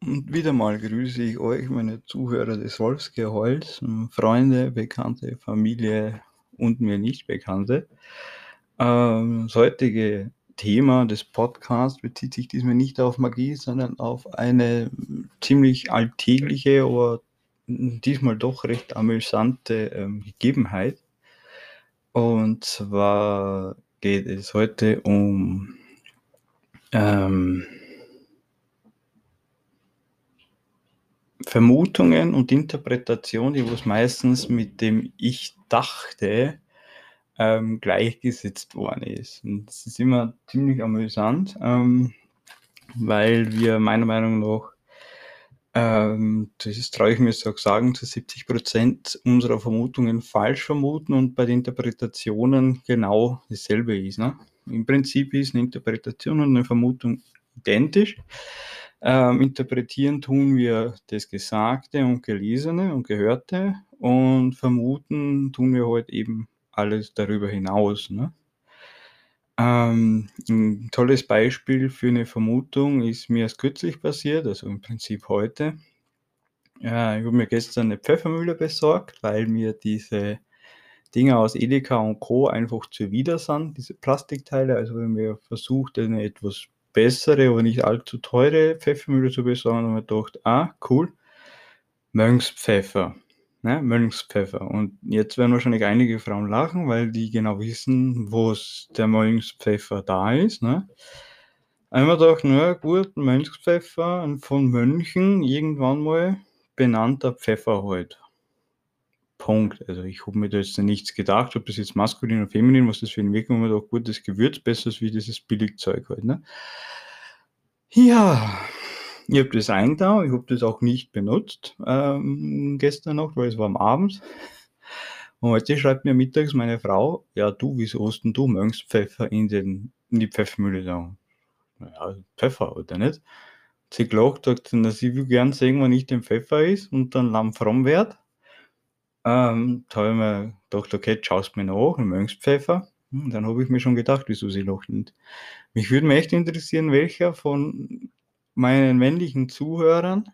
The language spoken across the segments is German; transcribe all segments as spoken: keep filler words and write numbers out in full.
Und wieder mal grüße ich euch, meine Zuhörer des Wolfsgeheul, Freunde, Bekannte, Familie und mir nicht Bekannte. Ähm, das heutige Thema des Podcasts bezieht sich diesmal nicht auf Magie, sondern auf eine ziemlich alltägliche, aber diesmal doch recht amüsante ähm, Gegebenheit. Und zwar geht es heute um ähm, Vermutungen und Interpretationen, die was meistens mit dem Ich dachte ähm, gleichgesetzt worden ist. Und das ist immer ziemlich amüsant, ähm, weil wir meiner Meinung nach, ähm, das traue ich mir so sagen, zu siebzig Prozent unserer Vermutungen falsch vermuten und bei den Interpretationen genau dasselbe ist. Ne? Im Prinzip ist eine Interpretation und eine Vermutung identisch. Ähm, interpretieren tun wir das Gesagte und Gelesene und Gehörte und vermuten tun wir halt eben alles darüber hinaus. Ne? Ähm, ein tolles Beispiel für eine Vermutung ist mir erst kürzlich passiert, also im Prinzip heute. Ja, ich habe mir gestern eine Pfeffermühle besorgt, weil mir diese Dinger aus Edeka und Co. einfach zuwider sind, diese Plastikteile. Also wenn wir versucht, eine etwas bessere, aber nicht allzu teure Pfeffermühle zu besorgen, haben wir gedacht, ah, cool, Mönchspfeffer. Ne? Mönchspfeffer. Und jetzt werden wahrscheinlich einige Frauen lachen, weil die genau wissen, wo der Mönchspfeffer da ist. Ne? Einmal gedacht, na gut, Mönchspfeffer von Mönchen, irgendwann mal benannter Pfeffer halt. Punkt. Also ich habe mir da jetzt nichts gedacht, ob das jetzt maskulin oder feminin, was das für eine Wirkung hat, auch gutes Gewürz, besser als wie dieses Billigzeug halt. Ne? Ja, ich habe das eingetan, ich habe das auch nicht benutzt ähm, gestern Nacht, weil es war am Abend. Und heute schreibt mir mittags meine Frau, ja du, wieso hast denn du Mönchspfeffer in, den, in die Pfeffermühle da? Ja, Pfeffer, oder nicht? Sie gelacht, sagt, na, sie will gern sehen, wann ich den Pfeffer ist und dann lamm fromm werd. Ähm, da habe ich mir gedacht, okay, schaust mir nach, ein Mönchspfeffer. Und dann habe ich mir schon gedacht, wieso sie lacht. Und mich würde mir echt interessieren, welcher von meinen männlichen Zuhörern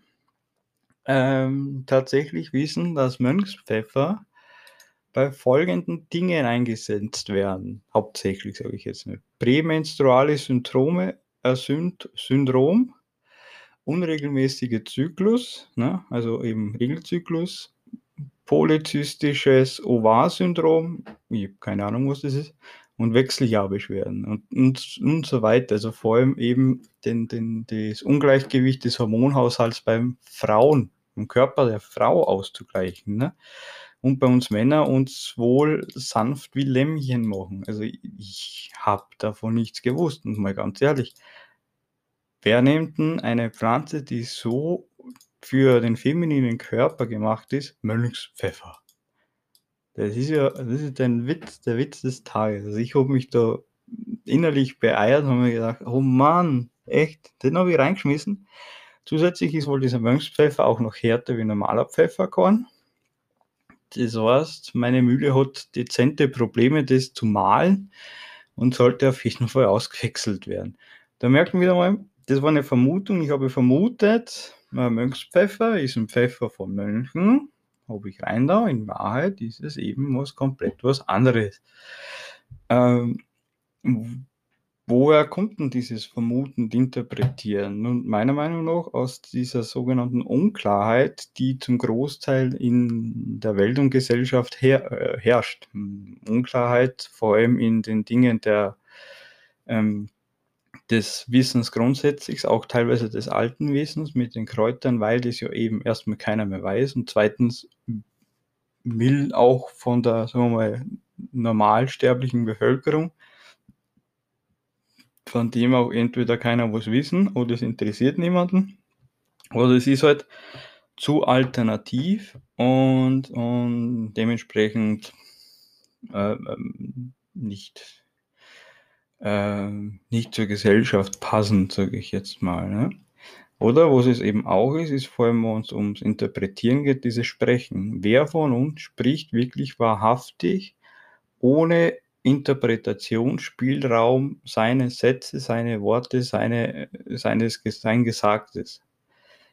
ähm, tatsächlich wissen, dass Mönchspfeffer bei folgenden Dingen eingesetzt werden. Hauptsächlich, sage ich jetzt nicht. Prämenstruale Syndrome, äh, Synd Syndrom, unregelmäßige Zyklus, ne? Also eben Regelzyklus, polyzystisches Ovar-Syndrom, ich habe keine Ahnung, was das ist, und Wechseljahrbeschwerden und, und, und so weiter. Also vor allem eben den, den, das Ungleichgewicht des Hormonhaushalts beim Frauen, im Körper der Frau auszugleichen. Ne? Und bei uns Männer uns wohl sanft wie Lämmchen machen. Also ich, ich habe davon nichts gewusst, und mal ganz ehrlich, wer nimmt denn eine Pflanze, die so für den femininen Körper gemacht ist, Mönchspfeffer? Das ist ja, das ist ein Witz, der Witz des Tages. Also ich habe mich da innerlich beeiert und habe mir gedacht, oh Mann, echt, den habe ich reingeschmissen. Zusätzlich ist wohl dieser Mönchspfeffer auch noch härter wie normaler Pfefferkorn. Das heißt, meine Mühle hat dezente Probleme, das zu mahlen und sollte auf jeden Fall ausgewechselt werden. Da merken wir wieder mal, das war eine Vermutung. Ich habe vermutet, Mönchspfeffer ist ein Pfeffer von Mönchen. Habe ich rein da, in Wahrheit ist es eben was komplett was anderes. Ähm, woher kommt denn dieses Vermuten und Interpretieren? Und meiner Meinung nach aus dieser sogenannten Unklarheit, die zum Großteil in der Welt und Gesellschaft her, äh, herrscht. Unklarheit vor allem in den Dingen der, ähm, des Wissens grundsätzlich, auch teilweise des alten Wissens mit den Kräutern, weil das ja eben erstmal keiner mehr weiß und zweitens will auch von der, sagen wir mal, normalsterblichen Bevölkerung von dem auch entweder keiner was wissen oder es interessiert niemanden oder es ist halt zu alternativ und, und dementsprechend äh, ähm, nicht, äh, nicht zur Gesellschaft passend, sage ich jetzt mal. Ne? Oder was es eben auch ist, ist vor allem, wenn es ums Interpretieren geht, dieses Sprechen. Wer von uns spricht wirklich wahrhaftig ohne Interpretationsspielraum seine Sätze, seine Worte, seine, seines, sein Gesagtes?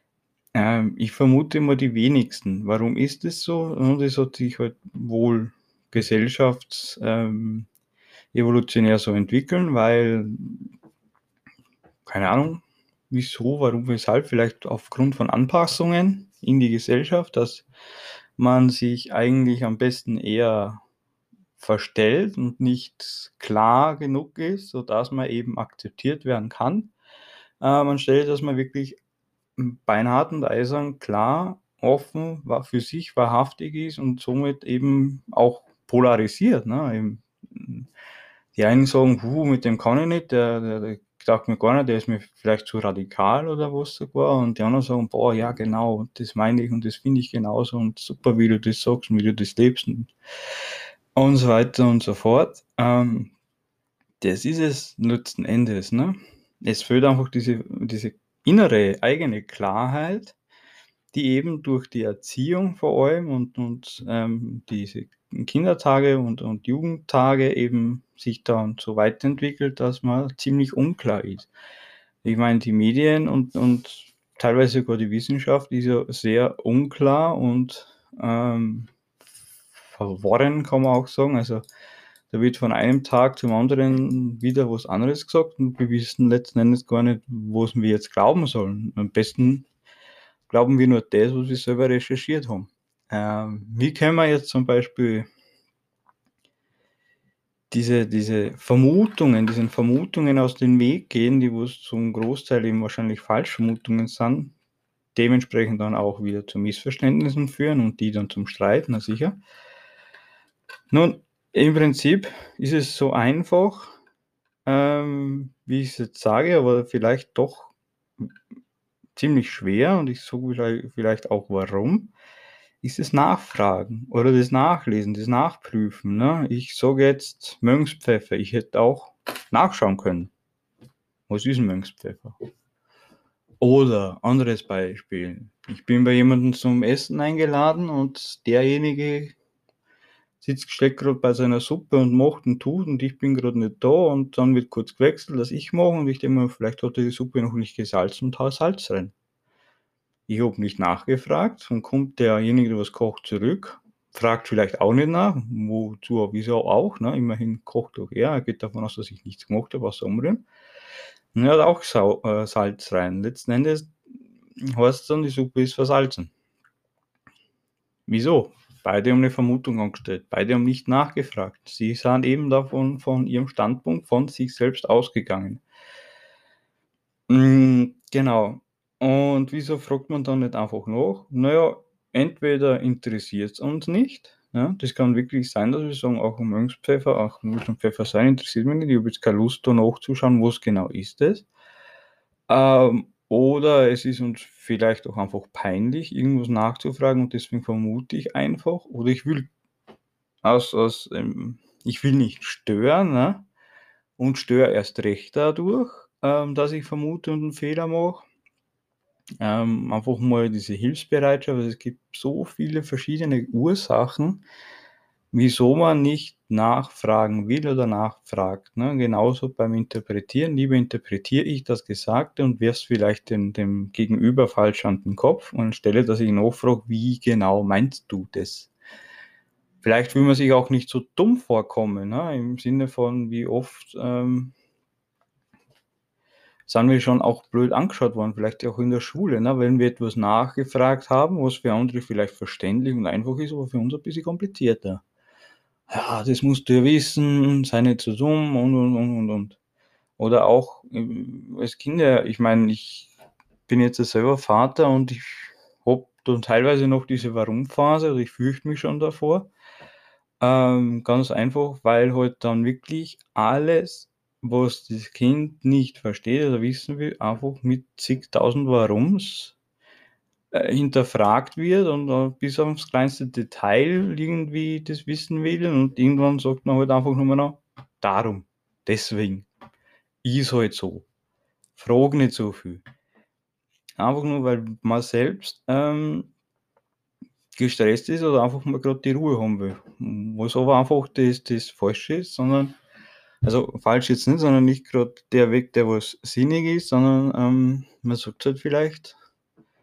Ähm, ich vermute mal die wenigsten. Warum ist es so? Und es hat sich halt wohl gesellschafts ähm, evolutionär so entwickeln, weil keine Ahnung, wieso, warum, weshalb, vielleicht aufgrund von Anpassungen in die Gesellschaft, dass man sich eigentlich am besten eher verstellt und nicht klar genug ist, sodass man eben akzeptiert werden kann. Äh, man stellt, dass man wirklich hm, beinhart und eisern, klar, offen, wa für sich wahrhaftig ist und somit eben auch polarisiert, ne? Eben, hm, die einen sagen: „Hu, mit dem kann ich nicht, der der der taugt mir gar nicht, der ist mir vielleicht zu radikal“ oder was sogar. Und die anderen sagen: „Boah, ja genau, das meine ich und das finde ich genauso und super, wie du das sagst und wie du das lebst“ und und so weiter und so fort. Ähm, das ist es letzten Endes, ne? Es fehlt einfach diese diese innere eigene Klarheit, die eben durch die Erziehung vor allem und und, ähm, diese Kindertage und und Jugendtage eben sich dann so weiterentwickelt, dass man ziemlich unklar ist. Ich meine, die Medien und und teilweise sogar die Wissenschaft ist ja sehr unklar und, ähm, verworren, kann man auch sagen. Also, da wird von einem Tag zum anderen wieder was anderes gesagt und wir wissen letzten Endes gar nicht, was wir jetzt glauben sollen. Am besten glauben wir nur das, was wir selber recherchiert haben. Ähm, wie können wir jetzt zum Beispiel diese diese Vermutungen diesen Vermutungen aus dem Weg gehen, die wo's zum Großteil eben wahrscheinlich Falschvermutungen sind, dementsprechend dann auch wieder zu Missverständnissen führen und die dann zum Streit, na sicher. Nun, im Prinzip ist es so einfach, ähm, wie ich's jetzt sage, aber vielleicht doch ziemlich schwer und ich sage viellei vielleicht auch warum, ist das Nachfragen oder das Nachlesen, das Nachprüfen, ne? Ich sage jetzt Mönchspfeffer. Ich hätte auch nachschauen können. Was ist 'n Mönchspfeffer? Oder anderes Beispiel: Ich bin bei jemandem zum Essen eingeladen und derjenige sitzt steckt grad bei seiner Suppe und macht und tut und ich bin grad nicht da und dann wird kurz gewechselt, dass ich mache und ich denke mir: „Vielleicht hat er die Suppe noch nicht gesalzen und haue Salz rein.“ Ich habe nicht nachgefragt, dann kommt derjenige, der was kocht, zurück, fragt vielleicht auch nicht nach, wozu wieso auch, ne? Immerhin kocht doch er. Er geht davon aus, dass ich nichts gemacht habe außer umrühren. Und er hat auch Sau äh, Salz rein. Letzten Endes heißt's dann, die Suppe ist versalzen. Wieso? Beide haben 'ne Vermutung angestellt. Beide haben nicht nachgefragt. Sie sind eben davon von ihrem Standpunkt von sich selbst ausgegangen. Hm, genau. Und wieso fragt man dann nicht einfach nach? Na ja, entweder interessiert's uns nicht, ja? Das kann wirklich sein, dass wir sagen: „Ach, 'n Mönchspfeffer, ach, muss ein Pfeffer sein, interessiert mich nicht. Ich habe jetzt keine Lust, da nachzuschauen, was genau ist das?“ Ähm, oder es ist uns vielleicht auch einfach peinlich, irgendwas nachzufragen und deswegen vermute ich einfach oder ich will aus aus, ähm ich will nicht stören, ne, und störe erst recht dadurch, ähm, dass ich vermute und 'n Fehler mache. Ähm, einfach mal diese Hilfsbereitschaft. Also, es gibt so viele verschiedene Ursachen, wieso man nicht nachfragen will oder nachfragt, ne? Genauso beim Interpretieren. Lieber interpretiere ich das Gesagte und werfe es vielleicht dem dem Gegenüber falsch an den Kopf, anstelle dass ich nachfrage: „Wie genau meinst du das?“ Vielleicht will man sich auch nicht so dumm vorkommen, ne, im Sinne von wie oft, ähm sind wir schon auch blöd angeschaut worden, vielleicht auch in der Schule, ne, wenn wir etwas nachgefragt haben, was für andere vielleicht verständlich und einfach ist, aber für uns ein bisschen komplizierter. „Ja, das musst du ja wissen, sei nicht so dumm“ und, und, und, und, und. Oder auch, hm, als Kinder ich meine, ich bin jetzt ja selber Vater und ich habe dann teilweise noch diese Warum-Phase, also, ich fürchte mich schon davor. Ähm, ganz einfach, weil halt dann wirklich alles, was das Kind nicht versteht oder wissen will, einfach mit zigtausend Warums, äh, hinterfragt wird und, äh, bis aufs kleinste Detail irgendwie das wissen will und irgendwann sagt man halt einfach nur mehr noch: „Darum, deswegen, ist halt so. Frage nicht so viel.“ Einfach nur, weil man selbst, ähm gestresst ist oder einfach mal grad die Ruhe haben will. Hm, was aber einfach das das Falsche ist, sondern also, falsch jetzt nicht, sondern nicht grad der Weg, der was sinnig ist, sondern, ähm, man sagt halt vielleicht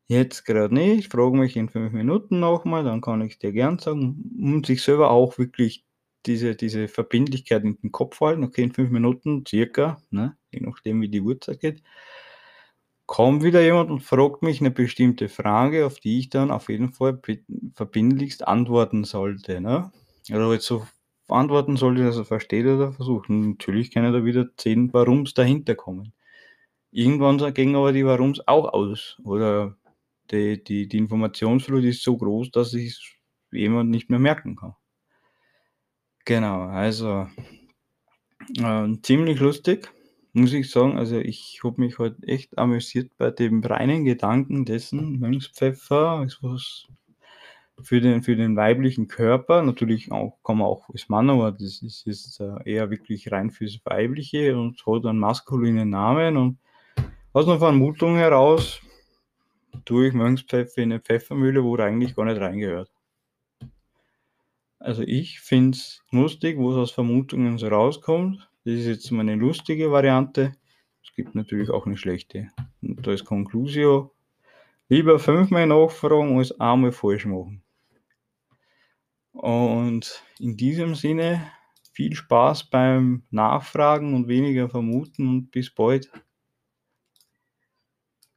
Jetzt grad nicht, frage mich in fünf Minuten noch mal, dann kann ich's dir gern sagen und sich selber auch wirklich diese diese Verbindlichkeit in den Kopf halten: „Okay, in fünf Minuten circa“, ne, je nachdem, wie die Uhrzeit geht kommt wieder jemand und fragt mich 'ne bestimmte Frage, auf die ich dann auf jeden Fall be verbindlichst antworten sollte, ne? Oder halt so antworten sollte, dass er versteht oder versucht. Und natürlich können da wieder zehn Warums dahinter kommen. Irgendwann sa gehen aber die Warums auch aus oder die die die Informationsflut ist so groß, dass sich's jemand nicht mehr merken kann. Genau, also, ähm, ziemlich lustig, muss ich sagen. Also, ich habe mich heute echt amüsiert bei dem reinen Gedanken dessen, Mönchspfeffer ist was für den für den weiblichen Körper, natürlich auch kann man auch als Mann, aber das ist jetzt, äh, eher wirklich rein fürs Weibliche und hat einen maskulinen Namen und aus 'ner Vermutung heraus tue ich Mönchspfeffer in 'ne Pfeffermühle, wo er eigentlich gar nicht reingehört. Also, ich finde es lustig, wo's aus Vermutungen so rauskommt. Das ist jetzt meine lustige Variante. Es gibt natürlich auch 'ne schlechte. Und da ist Conclusio: Lieber fünfmal nachfragen als einmal falsch machen. Und in diesem Sinne viel Spaß beim Nachfragen und weniger vermuten und bis bald.